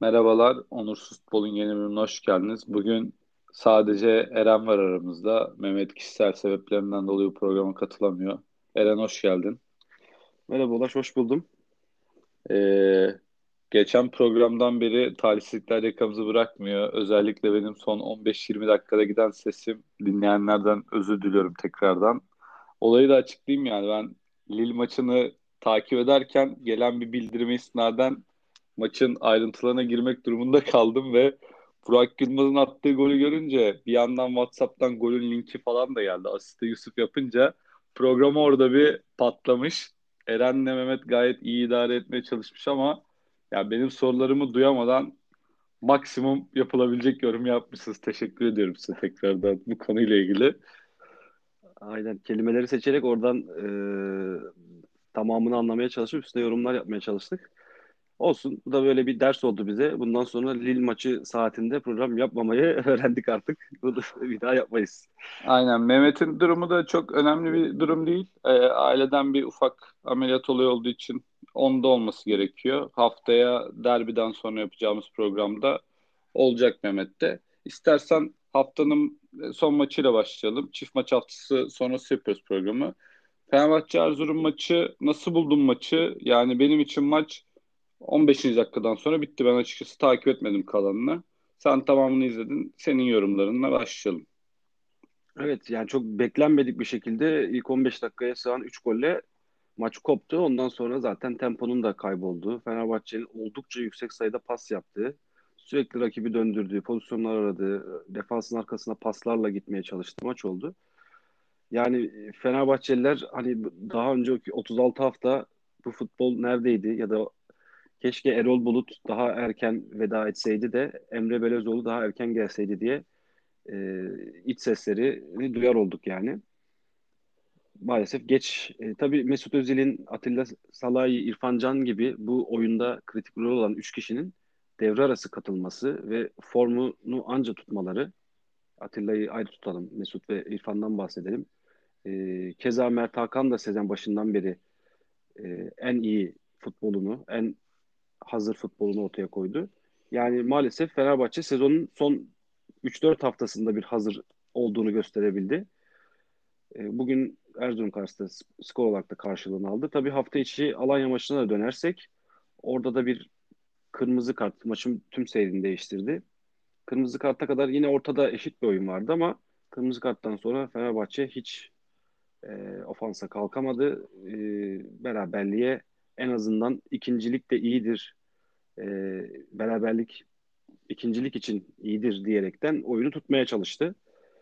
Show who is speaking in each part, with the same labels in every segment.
Speaker 1: Merhabalar, Onursuz Futbol'un yeni bölümüne hoş geldiniz. Bugün sadece Eren var aramızda. Mehmet kişisel sebeplerinden dolayı bu programa katılamıyor. Eren hoş geldin.
Speaker 2: Merhaba Ulaş, hoş buldum.
Speaker 1: Ee, Geçen programdan beri talihsizlikler yakamızı bırakmıyor. Özellikle benim son 15-20 dakikada giden sesim dinleyenlerden özür diliyorum tekrardan. Olayı da açıklayayım yani ben Lille maçını takip ederken gelen bir bildirime istinaden maçın ayrıntılarına girmek durumunda kaldım ve Burak Yılmaz'ın attığı golü görünce bir yandan WhatsApp'tan golün linki falan da geldi. Asisti Yusuf yapınca program orada bir patlamış. Eren'le Mehmet gayet iyi idare etmeye çalışmış ama ya benim sorularımı duyamadan maksimum yapılabilecek yorum yapmışsınız. Teşekkür ediyorum size tekrardan bu konuyla ilgili.
Speaker 2: Aynen kelimeleri seçerek oradan tamamını anlamaya çalışıp üstüne yorumlar yapmaya çalıştık. Olsun, bu da böyle bir ders oldu bize. Bundan sonra Lille maçı saatinde program yapmamayı öğrendik artık. Bunu bir daha yapmayız.
Speaker 1: Aynen. Mehmet'in durumu da çok önemli bir durum değil. Aileden bir ufak ameliyat olayı olduğu için onda olması gerekiyor. Haftaya derbiden sonra yapacağımız programda olacak Mehmet'te. İstersen haftanın son maçıyla başlayalım. Çift maç haftası sonrası yapıyoruz programı. Fenerbahçe Erzurum maçı nasıl buldun maçı? Yani benim için maç 15. dakikadan sonra bitti. Ben açıkçası takip etmedim kalanını. Sen tamamını izledin. Senin yorumlarınla başlayalım.
Speaker 2: Evet, yani çok beklenmedik bir şekilde ilk 15 dakikaya sığan 3 golle maç koptu. Ondan sonra zaten temponun da kaybolduğu, Fenerbahçe'nin oldukça yüksek sayıda pas yaptığı, sürekli rakibi döndürdüğü, pozisyonlar aradığı, defansın arkasına paslarla gitmeye çalıştığı maç oldu. Yani Fenerbahçeliler hani daha önceki 36 hafta bu futbol neredeydi ya da keşke Erol Bulut daha erken veda etseydi de Emre Belözoğlu daha erken gelseydi diye iç seslerini duyar olduk yani. Maalesef geç. Tabii Mesut Özil'in, Atilla Salahi, İrfan Can gibi bu oyunda kritik rol olan 3 kişinin devre arası katılması ve formunu anca tutmaları. Atilla'yı ayrı tutalım. Mesut ve İrfan'dan bahsedelim. Keza Mert Hakan da sezon başından beri en iyi futbolunu, en hazır futbolunu ortaya koydu. Yani maalesef Fenerbahçe sezonun son 3-4 haftasında bir hazır olduğunu gösterebildi. Bugün Erzurum karşısında skor olarak da karşılığını aldı. Tabii hafta içi Alanya maçına da dönersek orada da bir kırmızı kart maçın tüm seyrini değiştirdi. Kırmızı karta kadar yine ortada eşit bir oyun vardı ama kırmızı karttan sonra Fenerbahçe hiç ofansa kalkamadı. Beraberliğe en azından ikincilik de iyidir. E, Beraberlik ikincilik için iyidir diyerekten oyunu tutmaya çalıştı.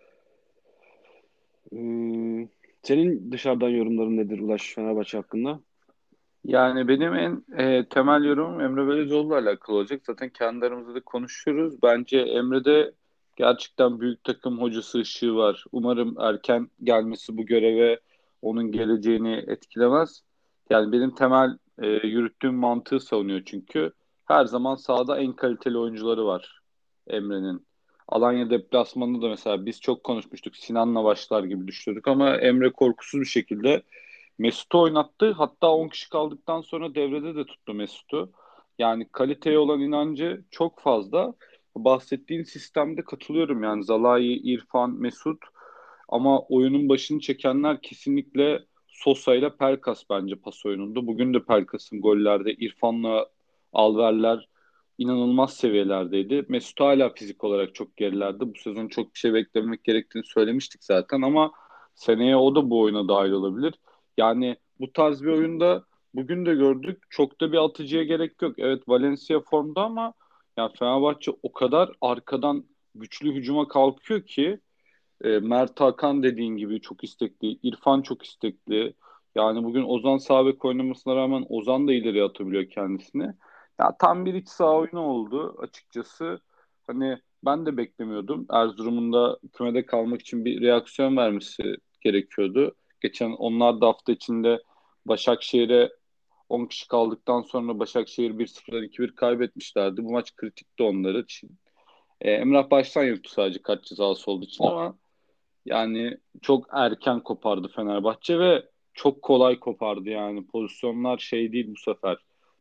Speaker 2: Senin dışarıdan yorumların nedir Ulaş Fenerbahçe hakkında?
Speaker 1: Yani benim en temel yorumum Emre Belözoğlu'la alakalı olacak. Zaten kendi aramızda da konuşuyoruz. Bence Emre'de gerçekten büyük takım hocası ışığı var. Umarım erken gelmesi bu göreve onun geleceğini etkilemez. Yani benim temel yürüttüğüm mantığı savunuyor çünkü. Her zaman sahada en kaliteli oyuncuları var Emre'nin. Alanya deplasmanında da mesela biz çok konuşmuştuk. Sinan'la başlar gibi düşünüyorduk ama Emre korkusuz bir şekilde Mesut'u oynattı. Hatta 10 kişi kaldıktan sonra devrede de tuttu Mesut'u. Yani kaliteye olan inancı çok fazla. Bahsettiğin sistemde katılıyorum yani Zalai, İrfan, Mesut. Ama oyunun başını çekenler kesinlikle Sosa ile Pelkas bence pas oyununda. Bugün de Pelkas'ın gollerde İrfan'la Alver'ler inanılmaz seviyelerdeydi. Mesut hala fizik olarak çok gerilerde. Bu sezon çok bir şey beklemek gerektiğini söylemiştik zaten ama seneye o da bu oyuna dahil olabilir. Yani bu tarz bir oyunda bugün de gördük. Çok da bir atıcıya gerek yok. Evet Valencia formda ama ya Fenerbahçe o kadar arkadan güçlü hücuma kalkıyor ki Mert Hakan dediğin gibi çok istekli. İrfan çok istekli. Yani bugün Ozan sağ bek oynamasına rağmen Ozan da ileriye atabiliyor kendisini. Ya tam bir iç saha oyunu oldu açıkçası. Hani ben de beklemiyordum. Erzurum'un da kümede kalmak için bir reaksiyon vermesi gerekiyordu. Geçen onlar da hafta içinde Başakşehir'e 10 kişi kaldıktan sonra Başakşehir 1-0'dan 2-1 kaybetmişlerdi. Bu maç kritikti onlar için. Emrah baştan yuttu sadece kart cezası olduğu için ama yani çok erken kopardı Fenerbahçe ve çok kolay kopardı yani. Pozisyonlar şey değil bu sefer.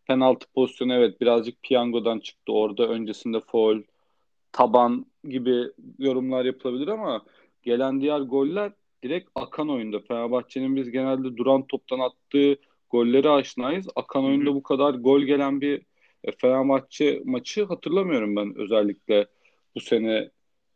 Speaker 1: penaltı pozisyonu evet birazcık piyangodan çıktı. Orada öncesinde faul, taban gibi yorumlar yapılabilir ama gelen diğer goller direkt akan oyunda. Fenerbahçe'nin biz genelde duran toptan attığı golleri aşinayız. Akan
Speaker 2: Hı hı.
Speaker 1: oyunda bu kadar gol gelen bir Fenerbahçe maçı hatırlamıyorum ben, özellikle bu sene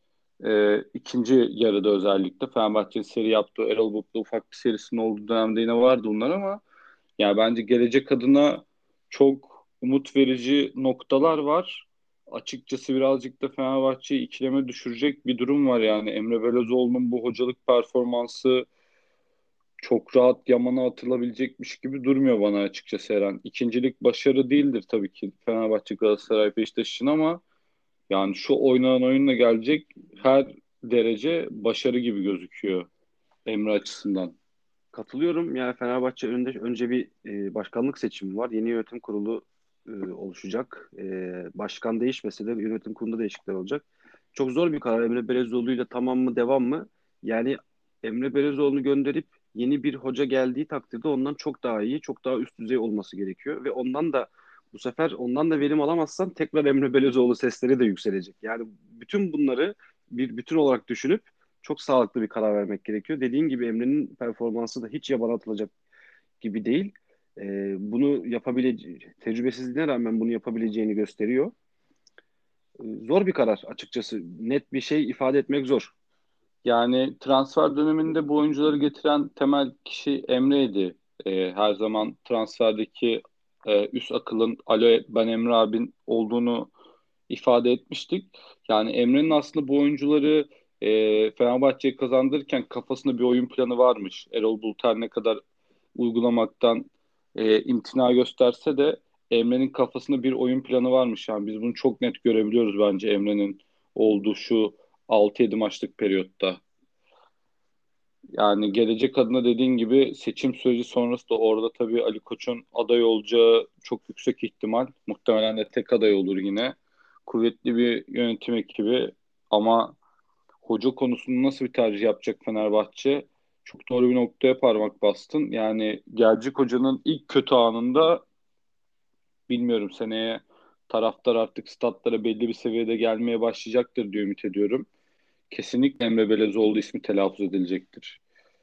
Speaker 1: ikinci yarıda özellikle. Fenerbahçe'nin seri yaptığı Erol Bulut'la ufak bir serisinin olduğu dönemde yine vardı bunlar ama yani bence gelecek adına çok umut verici noktalar var. Açıkçası birazcık da Fenerbahçe'yi ikileme düşürecek bir durum var yani. Emre Belözoğlu'nun bu hocalık performansı çok rahat yamana atılabilecekmiş gibi durmuyor bana açıkçası Eren. İkincilik başarı değildir tabii ki Fenerbahçe, Galatasaray, Beşiktaş için ama yani şu oynanan oyunla gelecek her derece başarı gibi gözüküyor Emre açısından.
Speaker 2: Katılıyorum. Yani Fenerbahçe önce bir başkanlık seçimi var. Yeni yönetim kurulu oluşacak. Başkan değişmese de yönetim kurulunda değişiklikler olacak. Çok zor bir karar. Emre Belezoğlu ile tamam mı devam mı? Yani Emre Belezoğlu'nu gönderip yeni bir hoca geldiği takdirde ondan çok daha iyi, çok daha üst düzey olması gerekiyor. Ve ondan da verim alamazsan tekrar Emre Belezoğlu sesleri de yükselecek. Yani bütün bunları bir bütün olarak düşünüp çok sağlıklı bir karar vermek gerekiyor. Dediğin gibi Emre'nin performansı da hiç yabana atılacak gibi değil. Bunu tecrübesizliğine rağmen bunu yapabileceğini gösteriyor. Zor bir karar açıkçası. Net bir şey ifade etmek zor.
Speaker 1: Yani transfer döneminde bu oyuncuları getiren temel kişi Emre'ydi. Her zaman transferdeki üst akılın alo ben Emre abin olduğunu ifade etmiştik. Yani Emre'nin aslında bu oyuncuları Fenerbahçe'ye kazandırırken kafasında bir oyun planı varmış. Erol Bulut her ne kadar uygulamaktan imtina gösterse de Emre'nin kafasında bir oyun planı varmış. Yani biz bunu çok net görebiliyoruz bence Emre'nin olduğu şu 6-7 maçlık periyotta. Yani gelecek adına dediğin gibi seçim süreci sonrası da orada tabii Ali Koç'un aday olacağı çok yüksek ihtimal. Muhtemelen de tek aday olur yine. Kuvvetli bir yönetim ekibi ama hoca konusunda nasıl bir tercih yapacak Fenerbahçe? Çok doğru bir noktaya parmak bastın. Yani gelecek hocanın ilk kötü anında bilmiyorum, seneye taraftar artık statlara belli bir seviyede gelmeye başlayacaktır diye ümit ediyorum. Kesinlikle Emre Belezoğlu ismi telaffuz edilecektir.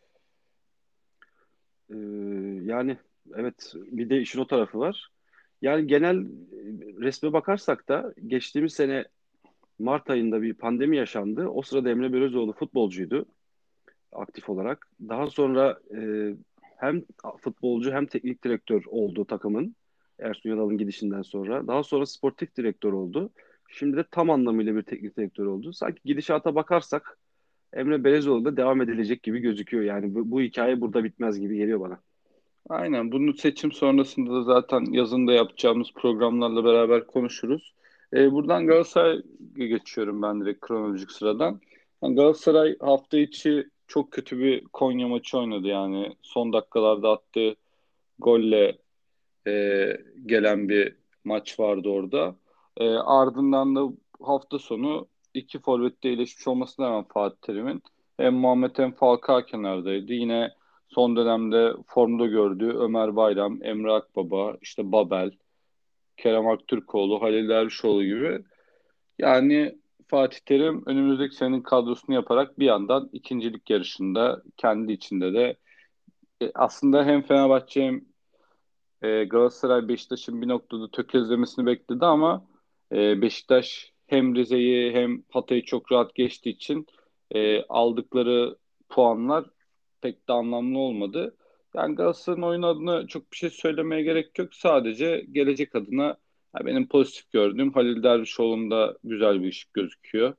Speaker 2: Ee, Yani evet, bir de işin o tarafı var. Yani genel resme bakarsak da geçtiğimiz sene Mart ayında bir pandemi yaşandı. O sırada Emre Belözoğlu futbolcuydu aktif olarak. Daha sonra hem futbolcu hem teknik direktör oldu takımın. Ersun Yanal'ın gidişinden sonra. Daha sonra sportif direktör oldu. Şimdi de tam anlamıyla bir teknik direktör oldu. Sanki gidişata bakarsak Emre Belezoğlu da devam edilecek gibi gözüküyor. Yani bu hikaye burada bitmez gibi geliyor bana.
Speaker 1: Aynen. Bunu seçim sonrasında da zaten yazında yapacağımız programlarla beraber konuşuruz. Buradan Galatasaray'a geçiyorum ben direkt kronolojik sıradan. Yani Galatasaray hafta içi çok kötü bir Konya maçı oynadı yani. Son dakikalarda attığı golle e, gelen bir maç vardı orada. Ardından da hafta sonu iki forvette iyileşmiş olmasına rağmen Fatih Terim'in hem Muhammed hem Falcao kenardaydı. Yine son dönemde formda gördüğü Ömer Bayram, Emre Akbaba, işte Babel, Kerem Aktürkoğlu, Halil Dervişoğlu gibi. Yani Fatih Terim önümüzdeki senenin kadrosunu yaparak bir yandan ikincilik yarışında kendi içinde de aslında hem Fenerbahçe hem Galatasaray Beşiktaş'ın bir noktada tökezlemesini bekledi ama Beşiktaş hem Rize'yi hem Hatay'ı çok rahat geçtiği için aldıkları puanlar pek de anlamlı olmadı. Yani Galatasaray'ın oyun adına çok bir şey söylemeye gerek yok. Sadece gelecek adına benim pozitif gördüğüm Halil Dervişoğlu'nda güzel bir ışık gözüküyor.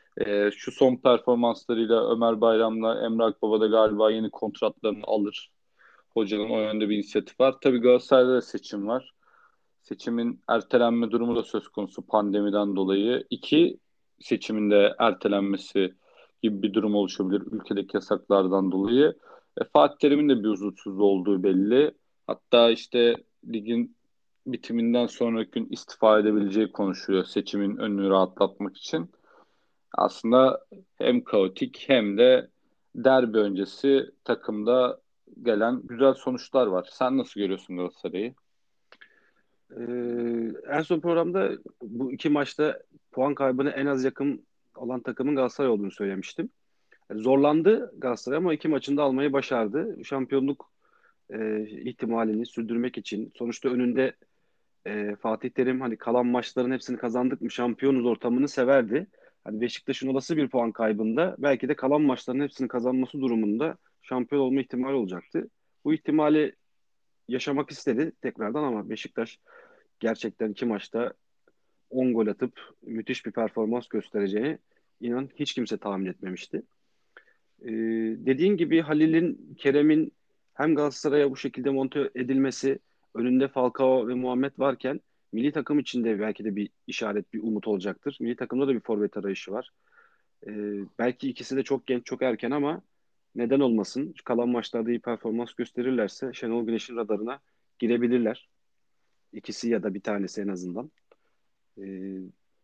Speaker 1: Şu son performanslarıyla Ömer Bayram'la Emre Akbaba da galiba yeni kontratlarını alır. Hocanın o yönde bir inisiyatifi var. Tabii Galatasaray'da da seçim var. Seçimin ertelenme durumu da söz konusu pandemiden dolayı. İki seçimin de ertelenmesi gibi bir durum oluşabilir ülkedeki yasaklardan dolayı. Fatih Terim'in de bir huzursuzluğu olduğu belli. Hatta işte ligin bitiminden sonraki gün istifa edebileceği konuşuluyor seçimin önünü rahatlatmak için. Aslında hem kaotik hem de derbi öncesi takımda gelen güzel sonuçlar var. Sen nasıl görüyorsun Galatasaray'ı?
Speaker 2: En son programda bu iki maçta puan kaybına en az yakın olan takımın Galatasaray olduğunu söylemiştim. Zorlandı Galatasaray ama iki maçında almayı başardı. Şampiyonluk ihtimalini sürdürmek için sonuçta önünde Fatih Terim hani kalan maçların hepsini kazandık mı şampiyonuz ortamını severdi. Hani Beşiktaş'ın olası bir puan kaybında belki de kalan maçların hepsini kazanması durumunda şampiyon olma ihtimali olacaktı. Bu ihtimali yaşamak istedi tekrardan ama Beşiktaş gerçekten iki maçta 10 gol atıp müthiş bir performans göstereceğini inan hiç kimse tahmin etmemişti. Ee, Dediğin gibi Halil'in, Kerem'in hem Galatasaray'a bu şekilde monte edilmesi, önünde Falcao ve Muhammed varken milli takım için de belki de bir işaret, bir umut olacaktır. Milli takımda da bir forvet arayışı var. Belki ikisi de çok genç, çok erken ama neden olmasın? Kalan maçlarda iyi performans gösterirlerse Şenol Güneş'in radarına girebilirler. İkisi ya da bir tanesi en azından. Ee,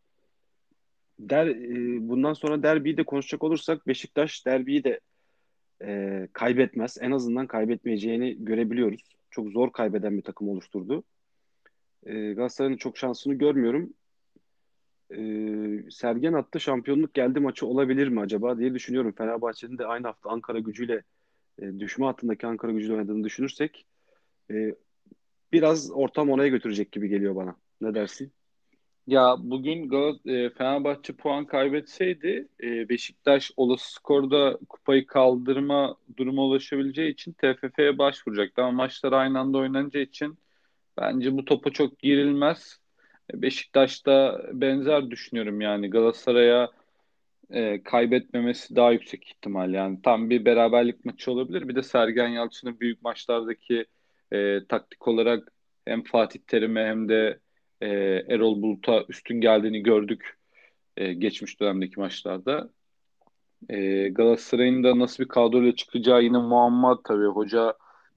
Speaker 2: Bundan sonra derbiyi de konuşacak olursak Beşiktaş derbiyi de kaybetmez. En azından kaybetmeyeceğini görebiliyoruz. Çok zor kaybeden bir takım oluşturdu. Galatasaray'ın çok şansını görmüyorum. Sergen attı şampiyonluk geldi maçı olabilir mi acaba diye düşünüyorum. Fenerbahçe'nin de aynı hafta Ankara gücüyle düşme hattındaki Ankara gücüyle oynadığını düşünürsek e, biraz ortam oraya götürecek gibi geliyor bana. Ne dersin?
Speaker 1: Ya bugün Fenerbahçe puan kaybetseydi Beşiktaş olası skorda kupayı kaldırma duruma ulaşabileceği için TFF'ye başvuracaktı. Ama maçlar aynı anda oynanacağı için bence bu topa çok girilmez. Beşiktaş'ta benzer düşünüyorum yani Galatasaray'a kaybetmemesi daha yüksek ihtimal. Yani tam bir beraberlik maçı olabilir. Bir de Sergen Yalçın'ın büyük maçlardaki taktik olarak hem Fatih Terim'e hem de Erol Bulut'a üstün geldiğini gördük geçmiş dönemdeki maçlarda. Galatasaray'ın da nasıl bir kadroyla çıkacağı yine muamma tabii. Hoca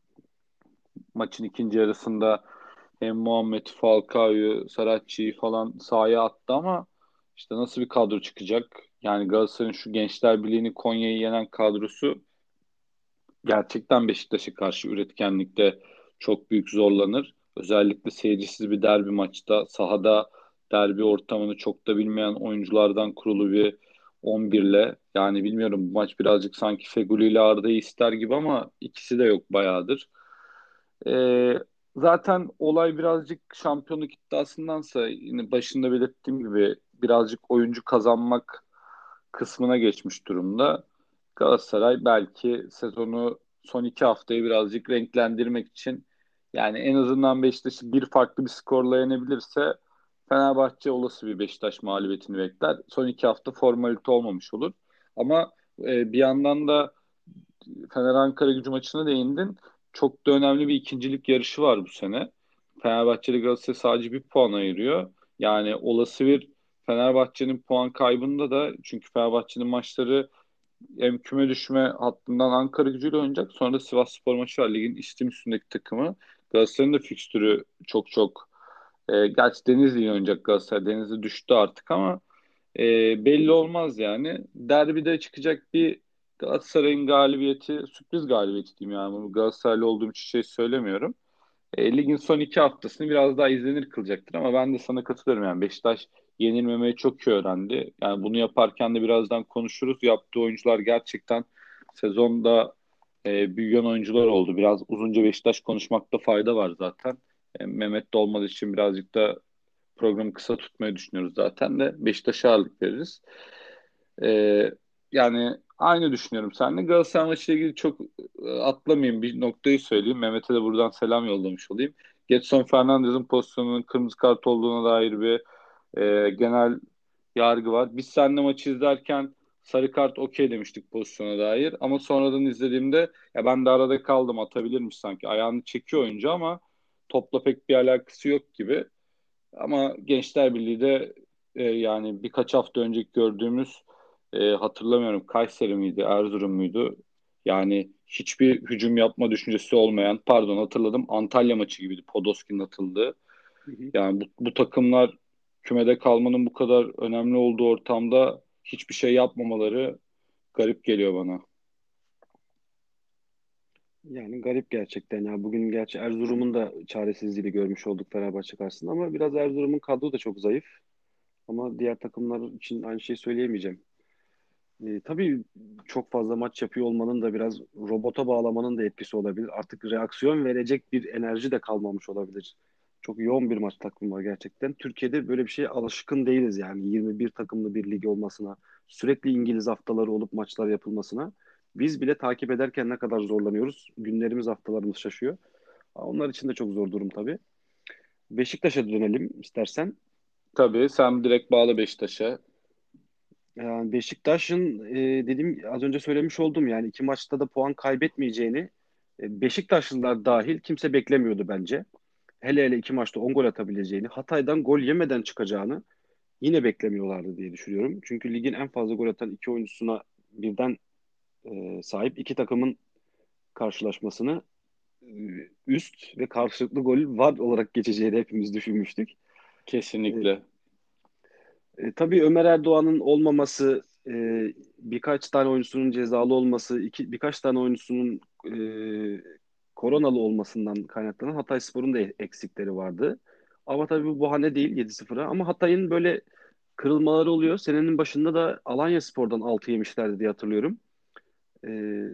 Speaker 1: maçın ikinci yarısında hem Muhammed Falcao'yu, Saracchi'yi falan sahaya attı ama işte nasıl bir kadro çıkacak? Yani Galatasaray'ın şu Gençler Birliği'ni Konya'yı yenen kadrosu gerçekten Beşiktaş'a karşı üretkenlikte çok büyük zorlanır. Özellikle seyircisiz bir derbi maçta sahada derbi ortamını çok da bilmeyen oyunculardan kurulu bir 11'le yani bilmiyorum bu maç birazcık sanki Feguli ile Arda'yı ister gibi ama ikisi de yok bayağıdır. Ee, Zaten olay birazcık şampiyonluk iddiasındansa yine başında belirttiğim gibi birazcık oyuncu kazanmak kısmına geçmiş durumda. Galatasaray belki sezonu son iki haftayı birazcık renklendirmek için yani en azından Beşiktaş'ı bir farklı bir skorla yenebilirse Fenerbahçe olası bir Beşiktaş mağlubiyetini bekler. Son iki hafta formalite olmamış olur. Ama bir yandan da Fener Ankara Gücü maçına değindin. Çok da önemli bir ikincilik yarışı var bu sene. Fenerbahçe ile Galatasaray sadece bir puan ayırıyor. Yani olası bir Fenerbahçe'nin puan kaybında da çünkü Fenerbahçe'nin maçları hem küme düşme hattından Ankara Gücü'yle oynayacak. Sonra da Sivasspor maçı var. Ligin istim üstündeki takımı. Galatasaray'ın da fikstürü çok çok gerçi Denizli'yle oynayacak Galatasaray. Denizli düştü artık ama belli olmaz yani. Derbide çıkacak bir Galatasaray'ın galibiyeti, sürpriz galibiyeti diyeyim yani. Bunu Galatasaraylı olduğum için şey söylemiyorum. Ligin son iki haftasını biraz daha izlenir kılacaktır ama ben de sana katılıyorum yani Beşiktaş yenilmemeyi çok iyi öğrendi. Yani bunu yaparken de birazdan konuşuruz. Yaptığı oyuncular gerçekten sezonda büyüyen oyuncular oldu. Biraz uzunca Beşiktaş konuşmakta fayda var zaten. Mehmet de olmadığı için birazcık da programı kısa tutmayı düşünüyoruz zaten de Beşiktaş'a ağırlık veririz. Ee, Yani aynı düşünüyorum seninle. Galatasaray maçıyla ilgili çok atlamayayım. Bir noktayı söyleyeyim. Mehmet'e de buradan selam yollamış olayım. Gedson Fernandez'in pozisyonunun kırmızı kart olduğuna dair bir genel yargı var. Biz seninle maçı izlerken sarı kart okey demiştik pozisyona dair. Ama sonradan izlediğimde ya ben de arada kaldım atabilirmiş sanki. Ayağını çekiyor oyuncu ama topla pek bir alakası yok gibi. Ama Gençler Birliği de yani birkaç hafta önce gördüğümüz hatırlamıyorum Kayseri miydi, Erzurum muydu? Yani hiçbir hücum yapma düşüncesi olmayan, pardon hatırladım Antalya maçı gibiydi Podolski'nin atıldığı.
Speaker 2: Hı hı.
Speaker 1: Yani bu takımlar kümede kalmanın bu kadar önemli olduğu ortamda hiçbir şey yapmamaları garip geliyor bana.
Speaker 2: Yani garip gerçekten ya. Bugün gerçi Erzurum'un da çaresizliğini görmüş olduk Fenerbahçe karşısında ama biraz Erzurum'un kadro da çok zayıf. Ama diğer takımlar için aynı şeyi söyleyemeyeceğim. Tabii çok fazla maç yapıyor olmanın da biraz robota bağlamanın da etkisi olabilir. Artık reaksiyon verecek bir enerji de kalmamış olabilir. Çok yoğun bir maç takvimi var gerçekten. Türkiye'de böyle bir şeye alışkın değiliz yani 21 takımlı bir lig olmasına, sürekli İngiliz haftaları olup maçlar yapılmasına. Biz bile takip ederken ne kadar zorlanıyoruz. Günlerimiz, haftalarımız şaşıyor. Onlar için de çok zor durum tabii. Beşiktaş'a dönelim istersen.
Speaker 1: Tabii sen direkt bağla Beşiktaş'a.
Speaker 2: Yani Beşiktaş'ın dediğim az önce söylemiş oldum yani iki maçta da puan kaybetmeyeceğini Beşiktaşlılar dahil kimse beklemiyordu bence. Hele hele iki maçta 10 gol atabileceğini, Hatay'dan gol yemeden çıkacağını yine beklemiyorlardı diye düşünüyorum. Çünkü ligin en fazla gol atan iki oyuncusuna birden sahip iki takımın karşılaşmasını e, üst ve karşılıklı gol var olarak geçeceğini hepimiz düşünmüştük. E,
Speaker 1: Kesinlikle.
Speaker 2: tabii Ömer Erdoğan'ın olmaması, birkaç tane oyuncusunun cezalı olması, birkaç tane oyuncusunun koronalı olmasından kaynaklanan Hatayspor'un da eksikleri vardı. Ama tabii bu bahane değil 7-0'a. Ama Hatay'ın böyle kırılmaları oluyor. Senenin başında da Alanyaspor'dan 6 yemişlerdi diye hatırlıyorum. E,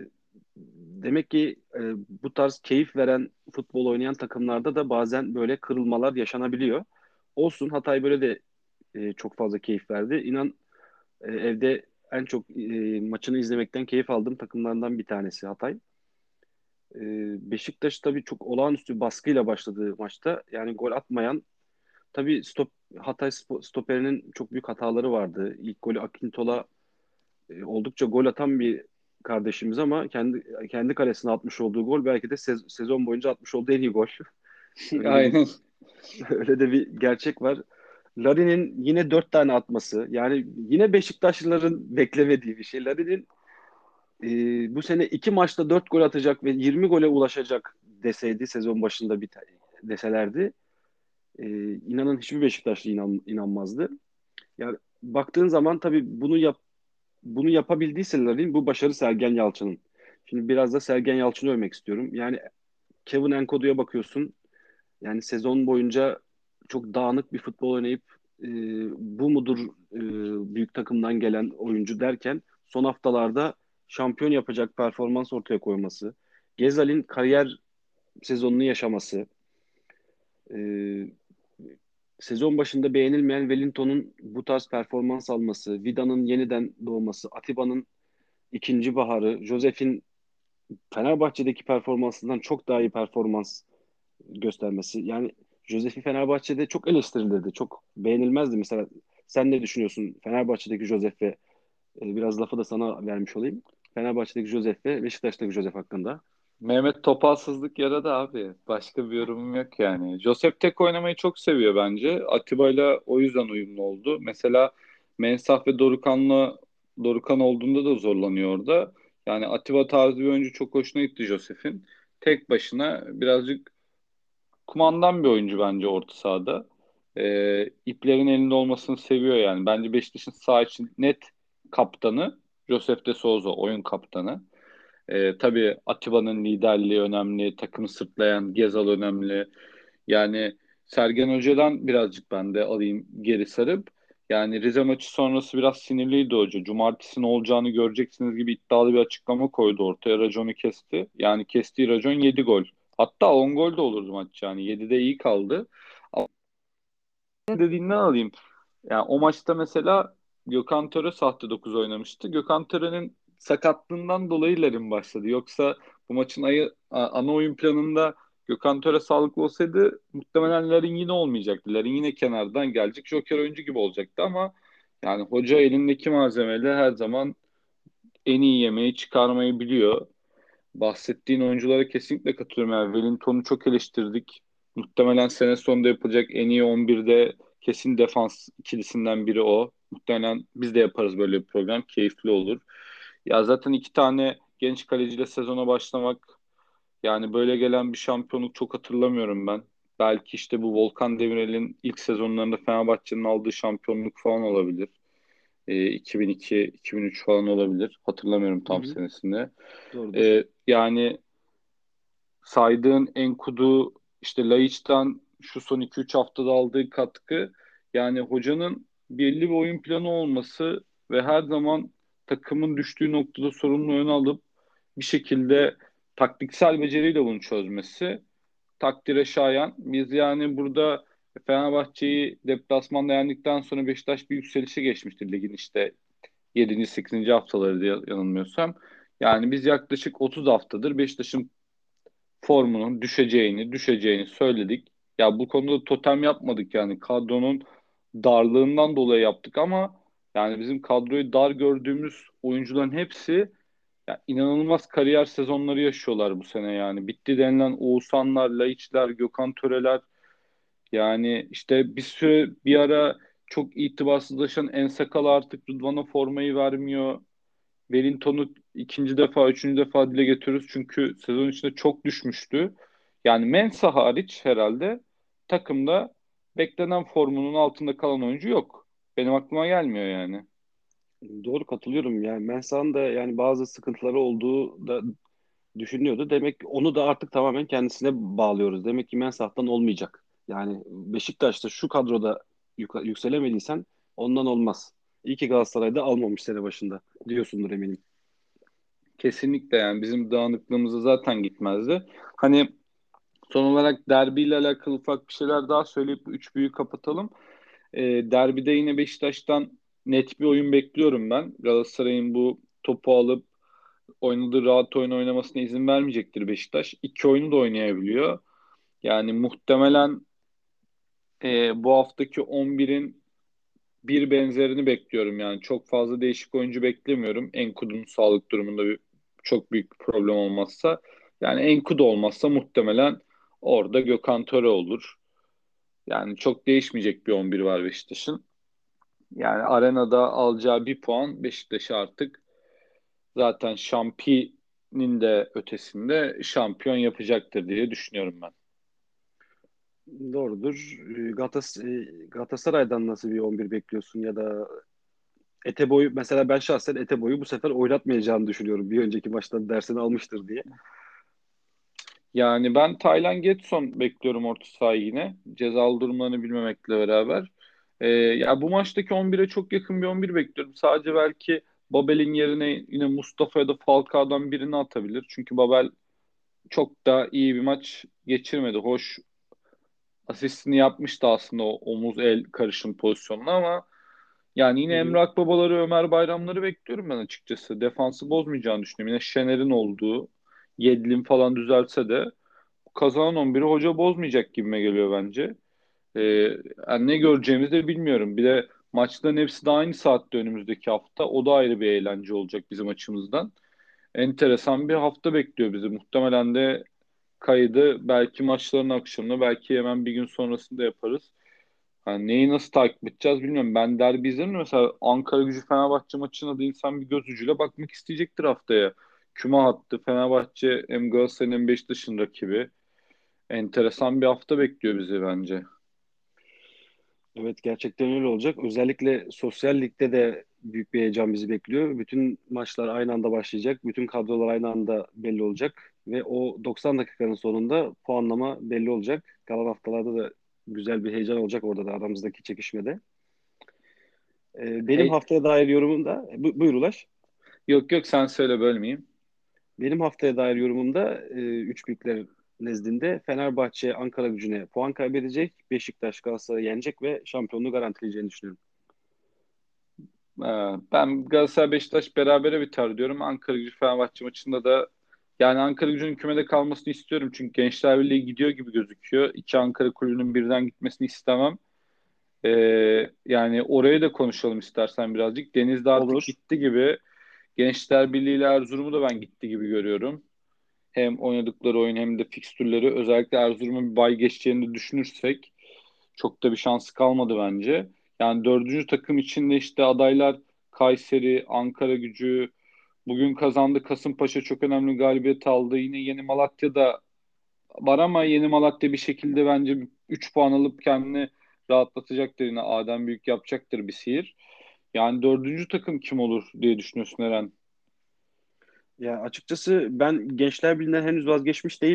Speaker 2: demek ki bu tarz keyif veren futbol oynayan takımlarda da bazen böyle kırılmalar yaşanabiliyor. Olsun Hatay böyle de çok fazla keyif verdi. İnan evde en çok maçını izlemekten keyif aldığım takımlardan bir tanesi Hatay. E, Beşiktaş tabii çok olağanüstü baskıyla başladığı maçta. Yani gol atmayan tabii Hatay stoperinin çok büyük hataları vardı. İlk golü Akintola oldukça gol atan bir kardeşimiz ama kendi kalesine atmış olduğu gol belki de sezon boyunca atmış olduğu en iyi gol. Öyle de bir
Speaker 1: Aynen.
Speaker 2: öyle de bir gerçek var. Larin'in yine 4 tane atması. Yani yine Beşiktaşlıların beklemediği bir şey. Larin'in bu sene 2 maçta 4 gol atacak ve 20 gole ulaşacak deseydi sezon başında deselerdi inanın hiçbir Beşiktaşlı inanmazdı. Yani baktığın zaman tabii bunu yapabildiyse Larin bu başarı Sergen Yalçın'ın. Şimdi biraz da Sergen Yalçın'ı övmek istiyorum. Yani Kevin Enkodu'ya bakıyorsun. Yani sezon boyunca çok dağınık bir futbol oynayıp e, bu mudur büyük takımdan gelen oyuncu derken son haftalarda şampiyon yapacak performans ortaya koyması, Gezal'in kariyer sezonunu yaşaması, e, sezon başında beğenilmeyen Wellington'un bu tarz performans alması, Vida'nın yeniden doğması, Atiba'nın ikinci baharı, Josef'in Fenerbahçe'deki performansından çok daha iyi performans göstermesi. Yani Josef'i Fenerbahçe'de çok eleştirilirdi. Çok beğenilmezdi. Mesela sen ne düşünüyorsun Fenerbahçe'deki Josef ve biraz lafı da sana vermiş olayım. Fenerbahçe'deki Josef ve Beşiktaş'taki Josef hakkında.
Speaker 1: Mehmet topalsızlık yaradı abi. Başka bir yorumum yok yani. Josep tek oynamayı çok seviyor bence. Atiba'yla o yüzden uyumlu oldu. Mesela Mensah ve Dorukhan olduğunda da zorlanıyor orada. Yani Atiba tarzı bir oyuncu çok hoşuna gitti Josep'in. Tek başına birazcık kumandan bir oyuncu bence orta sahada. İplerin elinde olmasını seviyor yani. Bence Beşiktaş'ın sağ için net kaptanı Josef de Souza, oyun kaptanı. Tabii Atiba'nın liderliği önemli, takımı sırtlayan Gezal önemli. Yani Sergen Hoca'dan birazcık ben de alayım geri sarıp. Yani Rize maçı sonrası biraz sinirliydi hoca. Cumartesi ne olacağını göreceksiniz gibi iddialı bir açıklama koydu ortaya. Raconu kesti. Yani kestiği racon 7 gol. Hatta 10 gol de olurdu maç yani. 7'de iyi kaldı. Ama ne dediğinden alayım. Yani o maçta mesela Gökhan Töre sahte 9 oynamıştı. Gökhan Töre'nin sakatlığından dolayı Larin başladı. Yoksa bu maçın ana oyun planında Gökhan Töre sağlıklı olsaydı muhtemelen Larin yine olmayacaktı. Larin yine kenardan gelecek. Joker oyuncu gibi olacaktı ama yani hoca elindeki malzemeyle her zaman en iyi yemeği çıkarmayı biliyor. Bahsettiğin oyunculara kesinlikle katılıyorum. Yani Wellington'u çok eleştirdik. Muhtemelen sene sonunda yapılacak en iyi 11'de kesin defans ikilisinden biri o. Muhtemelen biz de yaparız böyle bir program. Keyifli olur. Ya zaten iki tane genç kaleciyle sezona başlamak yani böyle gelen bir şampiyonluk çok hatırlamıyorum ben. Belki işte bu Volkan Demirel'in ilk sezonlarında Fenerbahçe'nin aldığı şampiyonluk falan olabilir. 2002-2003 falan olabilir. Hatırlamıyorum
Speaker 2: Hı
Speaker 1: tam
Speaker 2: hı,
Speaker 1: senesini.
Speaker 2: doğrudur.
Speaker 1: Yani saydığın Enkudu, işte Laiç'ten şu son 2-3 haftada aldığı katkı, yani hocanın belli bir oyun planı olması ve her zaman takımın düştüğü noktada sorumlu ön alıp bir şekilde taktiksel beceriyle bunu çözmesi takdire şayan. Biz yani burada Fenerbahçe'yi deplasmanda yendikten sonra Beşiktaş bir yükselişe geçmiştir ligin işte 7. 8. haftaları diye yanılmıyorsam. Yani biz yaklaşık 30 haftadır Beşiktaş'ın formunun düşeceğini söyledik. Ya bu konuda totem yapmadık, yani kadronun darlığından dolayı yaptık ama yani bizim kadroyu dar gördüğümüz oyuncuların hepsi ya inanılmaz kariyer sezonları yaşıyorlar bu sene yani. Bitti denilen Oğuzhanlar, Laiçler, Gökhan Töreler, yani işte bir süre bir ara çok itibarsızlaşan En Sakal artık Rıdvan'a formayı vermiyor. Wellington'u ikinci defa, üçüncü defa dile getiriyoruz. Çünkü sezon içinde çok düşmüştü. Yani Mensah hariç herhalde takımda beklenen formunun altında kalan oyuncu yok. Benim aklıma gelmiyor yani.
Speaker 2: Doğru, katılıyorum. Yani Mensah'ın da yani bazı sıkıntıları olduğu da düşünüyordu. Demek ki onu da artık tamamen kendisine bağlıyoruz. Demek ki Mensah'tan olmayacak. Yani Beşiktaş'ta şu kadroda yükselemediysen ondan olmaz. İyi ki Galatasaray'da almamış sene başında diyorsundur eminim.
Speaker 1: Kesinlikle, yani bizim dağınıklığımıza zaten gitmezdi. Hani son olarak derbiyle alakalı ufak bir şeyler daha söyleyip bu üç büyüğü kapatalım. Derbide yine Beşiktaş'tan net bir oyun bekliyorum ben. Galatasaray'ın bu topu alıp oynadığı rahat oyun oynamasına izin vermeyecektir Beşiktaş. İki oyunu da oynayabiliyor. Yani muhtemelen bu haftaki 11'in bir benzerini bekliyorum yani. Çok fazla değişik oyuncu beklemiyorum. Enkudu'nun sağlık durumunda çok büyük bir problem olmazsa. Yani Enkudu olmazsa muhtemelen orada Gökhan Töre olur. Yani çok değişmeyecek bir 11 var Beşiktaş'ın. Yani arenada alacağı bir puan Beşiktaş'ı artık zaten şampiyonun de ötesinde şampiyon yapacaktır diye düşünüyorum ben.
Speaker 2: Doğrudur. Galatasaray'dan nasıl bir 11 bekliyorsun ya da Eteboy'u, mesela ben şahsen Eteboy'u bu sefer oynatmayacağını düşünüyorum. Bir önceki maçtan dersini almıştır diye.
Speaker 1: Yani ben Taylan Getson bekliyorum orta sahayı yine. Cezalı durumlarını bilmemekle beraber. Ya bu maçtaki 11'e çok yakın bir 11 bekliyorum. Sadece belki Babel'in yerine yine Mustafa ya da Falcao'dan birini atabilir. Çünkü Babel çok da iyi bir maç geçirmedi. Hoş, asistini yapmıştı aslında o omuz el karışım pozisyonuna ama yani yine
Speaker 2: Hı hı.
Speaker 1: Emre Akbabaları, Ömer Bayramları bekliyorum ben açıkçası. Defansı bozmayacağını düşünüyorum. Yine Şener'in olduğu, Yedlin falan düzelse de kazanan 11'i hoca bozmayacak gibime geliyor bence. Ee, Yani ne göreceğimizi de bilmiyorum. Bir de maçların hepsi de aynı saatte önümüzdeki hafta. O da ayrı bir eğlence olacak bizim açımızdan. Enteresan bir hafta bekliyor bizi. Muhtemelen de kaydı belki maçların akşamında, belki hemen bir gün sonrasında yaparız. Hani neyi nasıl takip edeceğiz bilmiyorum. Ben derbi izlerim de mesela Ankara Gücü Fenerbahçe maçına da insan bir göz ucuyla bakmak isteyecektir haftaya. Küme hattı Fenerbahçe hem Galatasaray'ın hem Beşiktaş'ın rakibi. Enteresan bir hafta bekliyor bizi bence.
Speaker 2: Evet, gerçekten öyle olacak. Özellikle Sosyal Lig'de de büyük bir heyecan bizi bekliyor. Bütün maçlar aynı anda başlayacak. Bütün kadrolar aynı anda belli olacak. Ve o 90 dakikanın sonunda puanlama belli olacak. Kalan haftalarda da güzel bir heyecan olacak orada da aramızdaki çekişmede. Benim
Speaker 1: E,
Speaker 2: haftaya dair yorumum da buyur Ulaş.
Speaker 1: Yok yok, sen söyle, bölmeyeyim.
Speaker 2: Benim haftaya dair yorumumda üç büyükler nezdinde Fenerbahçe Ankara Gücü'ne puan kaybedecek, Beşiktaş Galatasaray'ı yenecek ve şampiyonluğu garantileyeceğini düşünüyorum.
Speaker 1: Ben Galatasaray Beşiktaş berabere biter diyorum. Ankara Gücü Fenerbahçe maçında da yani Ankara Gücü'nün kümede kalmasını istiyorum. Çünkü Gençler Birliği gidiyor gibi gözüküyor. İki Ankara kulübünün birden gitmesini istemem. Yani orayı da konuşalım istersen birazcık. Denizli artık
Speaker 2: Olur.
Speaker 1: gitti gibi. Gençler Birliği ile Erzurum'u da ben gitti gibi görüyorum. Hem oynadıkları oyun hem de fikstürleri, özellikle Erzurum'un bir bay geçeceğini düşünürsek çok da bir şansı kalmadı bence. Yani dördüncü takım içinde işte adaylar Kayseri, Ankara Gücü, bugün kazandı Kasımpaşa, çok önemli galibiyet aldı. Yine Yeni Malatya'da var ama Yeni Malatya bir şekilde bence 3 puan alıp kendini rahatlatacaktır. Yine Adem Büyük yapacaktır bir sihir. Yani dördüncü takım kim olur diye düşünüyorsun Eren?
Speaker 2: Ya açıkçası ben Gençler Birliği'nden henüz vazgeçmiş değilim.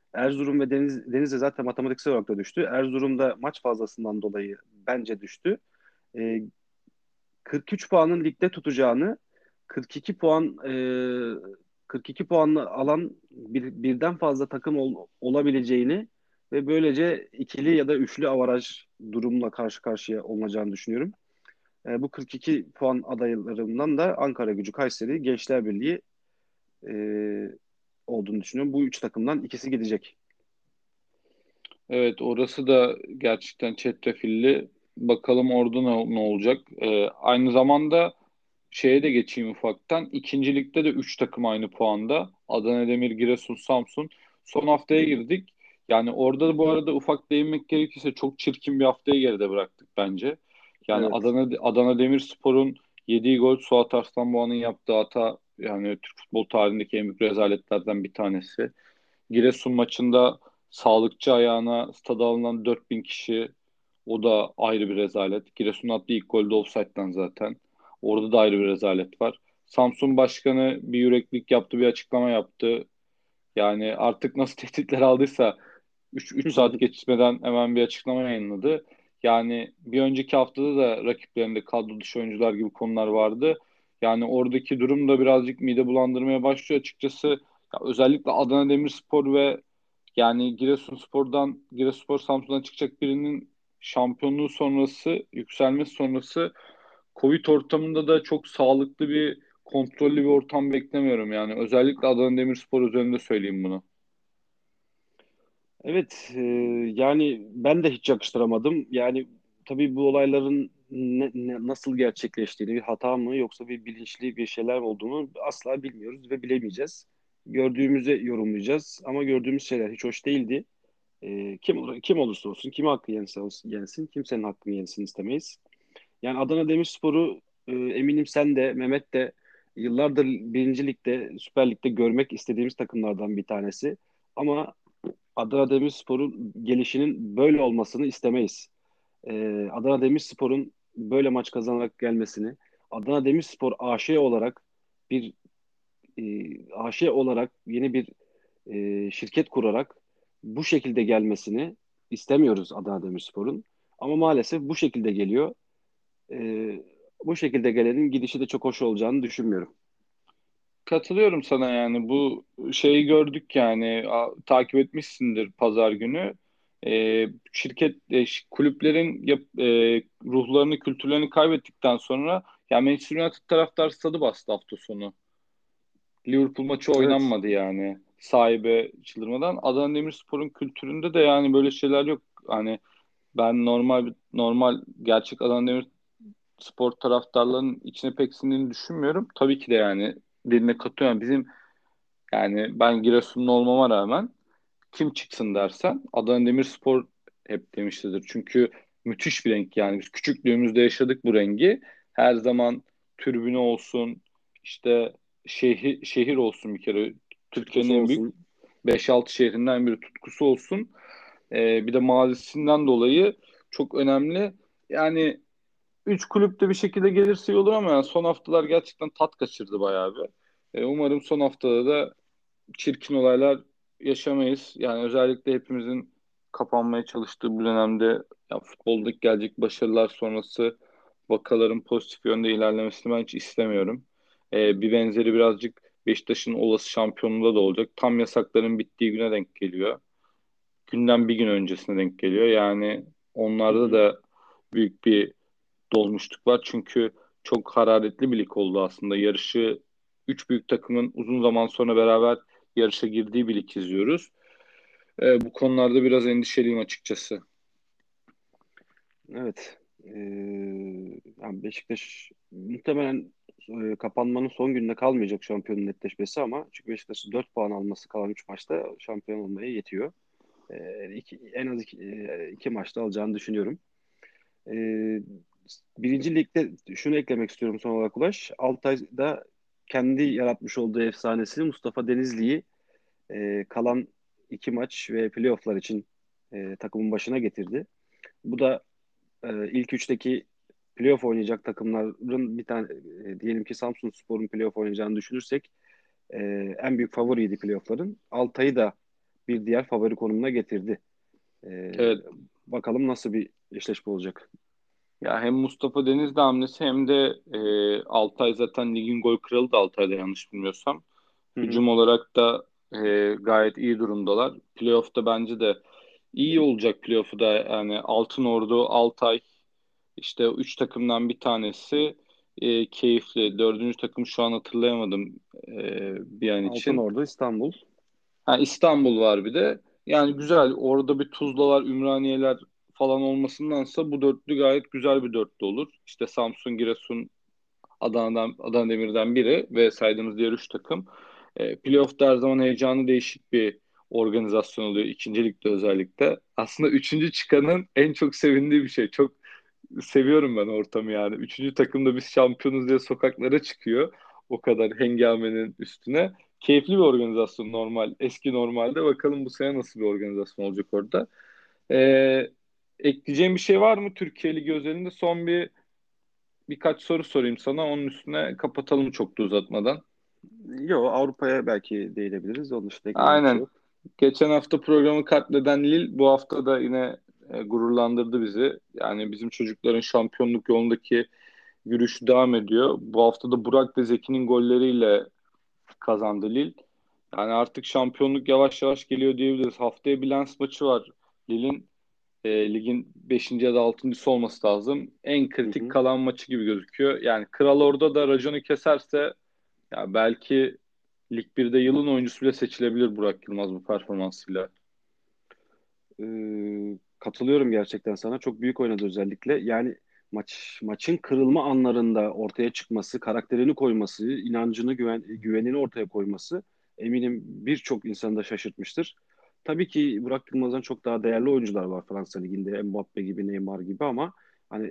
Speaker 2: Erzurum ve Denizli zaten matematiksel olarak da düştü. Erzurum'da maç fazlasından dolayı bence düştü. E, 43 puanın ligde tutacağını 42 puan 42 puanla alan birden fazla takım olabileceğini ve böylece ikili ya da üçlü avaraj durumla karşı karşıya olacağını düşünüyorum. Bu 42 puan adaylarından da Ankaragücü, Kayseri, Gençler Birliği e, olduğunu düşünüyorum. Bu üç takımdan ikisi gidecek.
Speaker 1: Evet, orası da gerçekten çetrefilli. Bakalım orada ne olacak. Aynı zamanda şeye de geçeyim ufaktan. İkincilikte de 3 takım aynı puanda. Adana Demir, Giresun, Samsun. Son haftaya girdik. Yani orada da bu arada ufak değinmek gerekirse çok çirkin bir haftayı geride bıraktık bence. Yani
Speaker 2: Evet.
Speaker 1: Adana Demirspor'un yediği gol, Suat Arslanboğa'nın yaptığı hata, yani Türk futbol tarihindeki en büyük rezaletlerden bir tanesi. Giresun maçında sağlıkçı ayağına stada alınan 4.000 kişi, o da ayrı bir rezalet. Giresun attığı ilk golde ofsayttan zaten. Orada da ayrı bir rezalet var. Samsun Başkanı bir yüreklilik yaptı, bir açıklama yaptı. Yani artık nasıl tehditler aldıysa 3 saat geçmeden hemen bir açıklama yayınladı. Yani bir önceki haftada da rakiplerinde kadro dışı oyuncular gibi konular vardı. Yani oradaki durum da birazcık mide bulandırmaya başlıyor açıkçası. Ya özellikle Adana Demirspor ve yani Giresunspor Samsun'dan çıkacak birinin şampiyonluğu sonrası, yükselmesi sonrası Covid ortamında da çok sağlıklı bir kontrollü bir ortam beklemiyorum yani. Özellikle Adana Demirspor üzerinde söyleyeyim bunu.
Speaker 2: Evet, yani ben de hiç yakıştıramadım. Yani tabii bu olayların nasıl gerçekleştiğini, bir hata mı yoksa bir bilinçli bir şeyler olduğunu asla bilmiyoruz ve bilemeyeceğiz. Gördüğümüzü yorumlayacağız ama gördüğümüz şeyler hiç hoş değildi. Kim olursa olsun, kime hakkı yensin, kimsenin hakkını yensin istemeyiz. Yani Adana Demirspor'u eminim sen de Mehmet de yıllardır Birinci Lig'de, Süper Lig'de görmek istediğimiz takımlardan bir tanesi. Ama Adana Demirspor'un gelişinin böyle olmasını istemeyiz. Adana Demirspor'un böyle maç kazanarak gelmesini, Adana Demirspor AŞ olarak bir AŞ olarak yeni bir şirket kurarak bu şekilde gelmesini istemiyoruz Adana Demirspor'un. Ama maalesef bu şekilde geliyor. Bu şekilde gelenin gidişi de çok hoş olacağını düşünmüyorum.
Speaker 1: Katılıyorum sana yani bu şeyi gördük yani takip etmişsindir pazar günü. Kulüplerin ruhlarını, kültürlerini kaybettikten sonra yani Manchester United taraftar stadı bastı hafta sonu. Liverpool maçı
Speaker 2: Evet.
Speaker 1: oynanmadı yani sahibe çıldırmadan. Adana Demirspor'un kültüründe de yani böyle şeyler yok. Hani ben normal gerçek Adana Demirspor taraftarlarının içine pek sindiğini düşünmüyorum. Tabii ki de yani dediğine katılıyorum. Bizim yani ben Giresunlu olmama rağmen kim çıksın dersen Adana Demirspor hep demiştir. Çünkü müthiş bir renk yani. Biz küçüklüğümüzde yaşadık bu rengi. Her zaman tribünü olsun, işte şehir olsun bir kere. Türkiye'nin
Speaker 2: Tutkusu
Speaker 1: en büyük
Speaker 2: olsun.
Speaker 1: 5-6 şehrinden biri tutkusu olsun. Bir de mazisinden dolayı çok önemli. Yani 3 kulüpte bir şekilde gelirse iyi olur ama yani son haftalar gerçekten tat kaçırdı bayağı bir. Umarım son haftada da çirkin olaylar yaşamayız. Yani özellikle hepimizin kapanmaya çalıştığı bu dönemde ya futboldaki gelecek başarılar sonrası vakaların pozitif yönde ilerlemesini ben hiç istemiyorum. Bir benzeri birazcık Beşiktaş'ın olası şampiyonluğunda da olacak. Tam yasakların bittiği güne denk geliyor. Günden bir gün öncesine denk geliyor. Yani
Speaker 2: Hı
Speaker 1: onlarda
Speaker 2: hı.
Speaker 1: da büyük bir dolmuşluk var. Çünkü çok hararetli bir lig oldu aslında. Yarışı üç büyük takımın uzun zaman sonra beraber yarışa girdiği bir lig izliyoruz. Bu konularda biraz endişeliyim açıkçası.
Speaker 2: Evet. Yani Beşiktaş muhtemelen kapanmanın son gününe kalmayacak şampiyonun netleşmesi ama çünkü Beşiktaş'ın 4 puan alması kalan 3 maçta şampiyon olmaya yetiyor. En az iki maçta alacağını düşünüyorum. Ee, Birinci Lig'de şunu eklemek istiyorum son olarak Ulaş. Altay'da kendi yaratmış olduğu efsanesi Mustafa Denizli'yi kalan iki maç ve playofflar için takımın başına getirdi. Bu da ilk üçteki playoff oynayacak takımların bir tane diyelim ki Samsunspor'un playoff oynayacağını düşünürsek e, en büyük favoriydi playoffların. Altay'ı da bir diğer favori konumuna getirdi. E,
Speaker 1: Evet.
Speaker 2: Bakalım nasıl bir eşleşme olacak.
Speaker 1: Ya hem Mustafa Denizli hamlesi hem de Altay zaten ligin gol kralı da Altay'da yanlış bilmiyorsam.
Speaker 2: Hı hı.
Speaker 1: Hücum olarak da gayet iyi durumdalar. Playoff'ta bence de iyi olacak playoff'u da yani Altınordu, Altay işte üç takımdan bir tanesi keyifli. Dördüncü takım şu an hatırlayamadım bir an için.
Speaker 2: Altınordu, İstanbul.
Speaker 1: Ha, İstanbul var bir de. Yani güzel. Orada bir Tuzlalar, Ümraniyeler falan olmasındansa bu dörtlü gayet güzel bir dörtlü olur. İşte Samsun, Giresun, Adana Demir'den biri ve saydığımız diğer üç takım. Playoff'ta her zaman heyecanı değişik bir organizasyon oluyor. İkinci ligde özellikle. Aslında üçüncü çıkanın en çok sevindiği bir şey. Çok seviyorum ben ortamı yani. Üçüncü takımda biz şampiyonuz diye sokaklara çıkıyor. O kadar hengamenin üstüne. Keyifli bir organizasyon normal. Eski normalde. Bakalım bu sene nasıl bir organizasyon olacak orada. Ekleyeceğim bir şey var mı Türkiye Ligi özelinde? Birkaç soru sorayım sana. Onun üstüne kapatalım çok da uzatmadan.
Speaker 2: Yok, Avrupa'ya belki değinebiliriz. Onun dışında ekleyeceğim bir şey
Speaker 1: Aynen.
Speaker 2: yok.
Speaker 1: Geçen hafta programı katleden Lille bu hafta da yine gururlandırdı bizi. Yani bizim çocukların şampiyonluk yolundaki yürüyüşü devam ediyor. Bu hafta da Burak ve Zeki'nin golleriyle kazandı Lille. Yani artık şampiyonluk yavaş yavaş geliyor diyebiliriz. Haftaya bir Lens maçı var. Lille'in ligin beşinci ya da 6.'sı olması lazım. En
Speaker 2: Hı
Speaker 1: kritik
Speaker 2: hı.
Speaker 1: kalan maçı gibi gözüküyor. Yani Kral orada da raconu keserse ya belki Lig 1'de yılın oyuncusu bile seçilebilir Burak Yılmaz bu performansıyla.
Speaker 2: Katılıyorum gerçekten sana. Çok büyük oynadı özellikle. Yani maçın kırılma anlarında ortaya çıkması, karakterini koyması, inancını, güvenini ortaya koyması eminim birçok insanı da şaşırtmıştır. Tabii ki Burak Yılmaz'dan çok daha değerli oyuncular var Fransa Ligi'nde. Mbappe gibi, Neymar gibi ama hani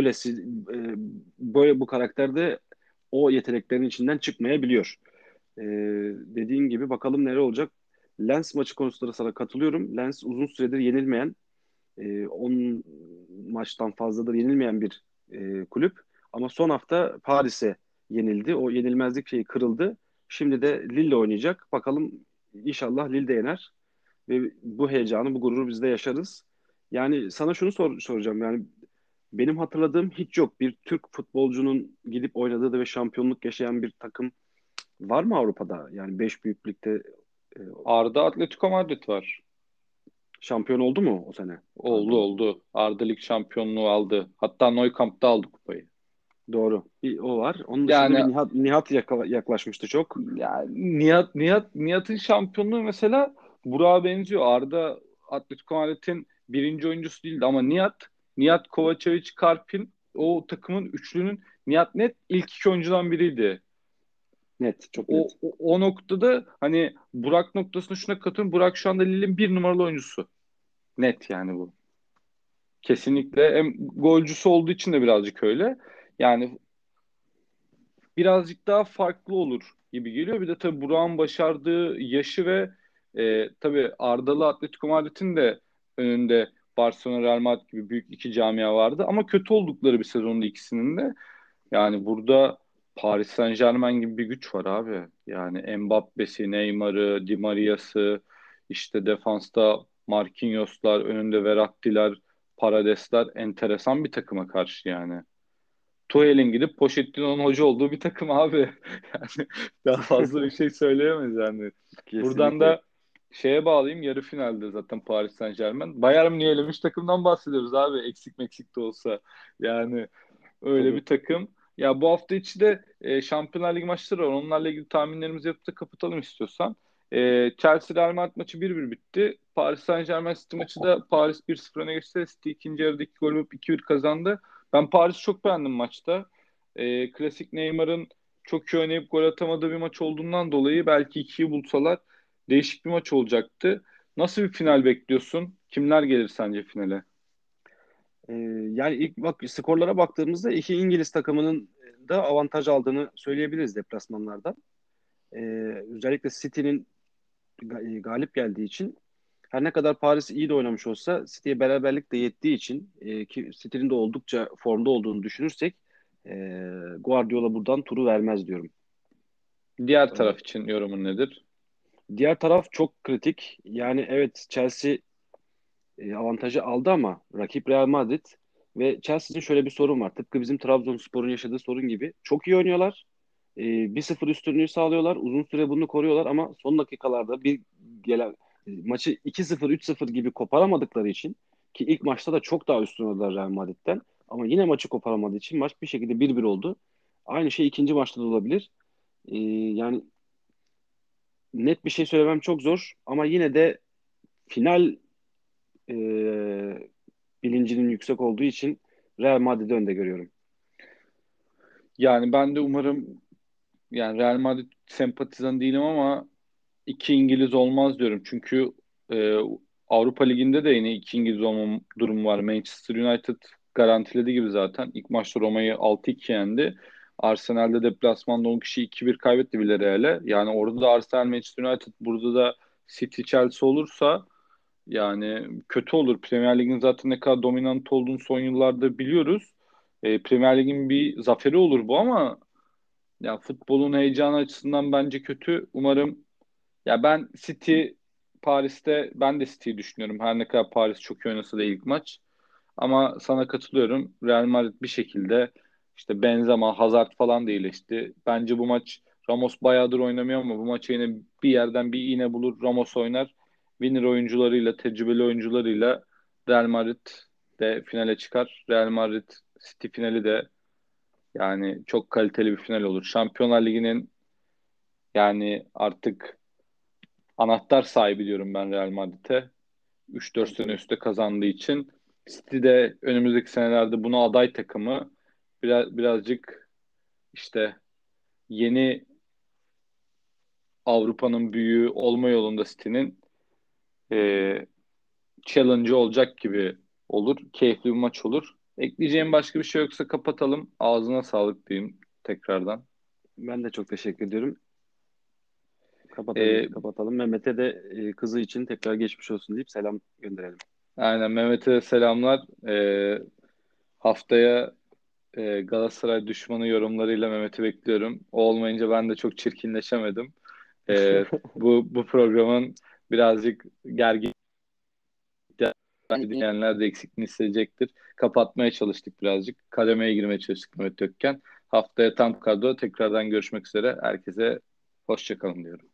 Speaker 2: böyle bu karakterde o yeteneklerin içinden çıkmayabiliyor. Ee, Dediğin gibi bakalım neler olacak. Lens maçı konusunda da sana katılıyorum. Lens uzun süredir yenilmeyen, 10 maçtan fazladır yenilmeyen bir kulüp. Ama son hafta Paris'e yenildi. O yenilmezlik şeyi kırıldı. Şimdi de Lille oynayacak. Bakalım inşallah Lille de yener. Ve bu heyecanı, bu gururu biz de yaşarız. Yani sana şunu soracağım. Yani benim hatırladığım hiç yok. Bir Türk futbolcunun gidip oynadığı ve şampiyonluk yaşayan bir takım var mı Avrupa'da? Yani 5 büyük ligde e,
Speaker 1: Arda Atletico Madrid var.
Speaker 2: şampiyon oldu mu o sene
Speaker 1: Oldu
Speaker 2: Arda'da?
Speaker 1: oldu. Arda Lig şampiyonluğu aldı. Hatta Nou Camp'ta aldı kupayı.
Speaker 2: Doğru. Bir o var. Onun dışında
Speaker 1: Yani
Speaker 2: bir Nihat yaklaşmıştı çok.
Speaker 1: Nihat'ın şampiyonluğu mesela Burak'a benziyor. Arda Atletico Madrid'in birinci oyuncusu değildi ama Nihat Kovacevic, Karpin o takımın üçlünün Nihat net ilk iki oyuncudan biriydi.
Speaker 2: Net. Çok
Speaker 1: O,
Speaker 2: net.
Speaker 1: o noktada hani Burak noktasında şuna katılıyorum. Burak şu anda Lille'in bir numaralı oyuncusu. Net yani bu. Kesinlikle. Hem golcüsü olduğu için de birazcık öyle. Yani birazcık daha farklı olur gibi geliyor. Bir de tabii Burak'ın başardığı yaşı ve tabii Ardalı Atletico Madrid'in de önünde Barcelona, Real Madrid gibi büyük iki camia vardı. Ama kötü oldukları bir sezonda ikisinin de. Yani burada Paris Saint-Germain gibi bir güç var abi. Yani Mbappe'si, Neymar'ı, Di Maria'sı, işte defansta Marquinhos'lar, önünde Verratti'ler, Parades'ler enteresan bir takıma karşı yani. Tuhel'in gidip Pochettino'nun hoca olduğu bir takım abi. Yani daha fazla bir şey söyleyemeyiz yani. Buradan
Speaker 2: Kesinlikle.
Speaker 1: da şeye bağlayayım yarı finalde zaten Paris Saint-Germain. Bayern Münih'i elemiş takımdan bahsediyoruz abi. Eksik meksik de olsa. Yani öyle
Speaker 2: Tabii.
Speaker 1: bir takım. Ya bu hafta içi de Şampiyonlar Ligi maçları var. Onlarla ilgili tahminlerimizi yapıp da kapatalım istiyorsan. Chelsea Real Madrid maçı 1-1 bitti. Paris Saint-Germain City maçı da Paris 1-0 öne geçti. City ikinci yarıda 2 gol bulup 2-1 kazandı. Ben Paris'i çok beğendim maçta. Klasik Neymar'ın çok iyi oynayıp gol atamadığı bir maç olduğundan dolayı belki 2'yi bulsalar değişik bir maç olacaktı. Nasıl bir final bekliyorsun? Kimler gelir sence finale?
Speaker 2: Ee, Yani ilk skorlara baktığımızda iki İngiliz takımının da avantaj aldığını söyleyebiliriz deplasmanlarda. Ee, Özellikle City'nin galip geldiği için her ne kadar Paris iyi de oynamış olsa City'ye beraberlik de yettiği için ki City'nin de oldukça formda olduğunu düşünürsek Guardiola buradan turu vermez diyorum.
Speaker 1: Diğer
Speaker 2: Ee,
Speaker 1: taraf için yorumun nedir?
Speaker 2: Diğer taraf çok kritik. Yani evet, Chelsea avantajı aldı ama rakip Real Madrid ve Chelsea'nin şöyle bir sorun var. Tıpkı bizim Trabzonspor'un yaşadığı sorun gibi. Çok iyi oynuyorlar. 1-0 üstünlüğü sağlıyorlar. Uzun süre bunu koruyorlar ama son dakikalarda bir gelen maçı 2-0, 3-0 gibi koparamadıkları için, ki ilk maçta da çok daha üstün oynadılar Real Madrid'den, ama yine maçı koparamadığı için maç bir şekilde 1-1 oldu. Aynı şey ikinci maçta da olabilir. Yani net bir şey söylemem çok zor ama yine de final e, bilincinin yüksek olduğu için Real Madrid'i önde görüyorum.
Speaker 1: Yani ben de umarım, yani Real Madrid sempatizan değilim ama iki İngiliz olmaz diyorum. Çünkü e, Avrupa Ligi'nde de yine iki İngiliz olma durumu var. Manchester United garantiledi gibi zaten. İlk maçta Roma'yı 6-2 yendi. Arsenal'de deplasmanda 10 kişi 2-1 kaybetti Villarreal'e. Yani orada da Arsenal, Manchester United, burada da City, Chelsea olursa yani kötü olur. Premier Lig'in zaten ne kadar dominant olduğunu son yıllarda biliyoruz. Premier Lig'in bir zaferi olur bu ama ya futbolun heyecanı açısından bence kötü. Umarım, ya ben City Paris'te, ben de City'yi düşünüyorum. Her ne kadar Paris çok iyi oynasa da ilk maç. Ama sana katılıyorum. Real Madrid bir şekilde, işte Benzema, Hazard falan da iyileşti. Bence bu maç, Ramos bayağıdır oynamıyor ama bu maça yine bir yerden bir iğne bulur. Ramos oynar. Winner oyuncularıyla, tecrübeli oyuncularıyla Real Madrid de finale çıkar. Real Madrid City finali de yani çok kaliteli bir final olur. Şampiyonlar Ligi'nin yani artık anahtar sahibi diyorum ben Real Madrid'e. 3-4
Speaker 2: Tabii
Speaker 1: sene
Speaker 2: tabii.
Speaker 1: üstte kazandığı için. City de önümüzdeki senelerde buna aday takımı. Birazcık işte yeni Avrupa'nın büyüğü olma yolunda City'nin e, challenge'ı olacak gibi olur. Keyifli bir maç olur. Ekleyeceğim başka bir şey yoksa kapatalım. Ağzına sağlık diyeyim tekrardan.
Speaker 2: Ben de çok teşekkür ediyorum.
Speaker 1: E,
Speaker 2: Kapatalım. Mehmet'e de kızı için tekrar geçmiş olsun deyip selam gönderelim.
Speaker 1: aynen, Mehmet'e de selamlar. Haftaya Galatasaray düşmanı yorumlarıyla Mehmet'i bekliyorum. O olmayınca ben de çok çirkinleşemedim. Bu programın birazcık gergin, dinleyenler de eksikliğini hissedecektir. Kapatmaya çalıştık birazcık. Kademeye girmeye çalıştık Mehmet Ökken. Haftaya tam kadro tekrardan görüşmek üzere. Herkese hoşça kalın diyorum.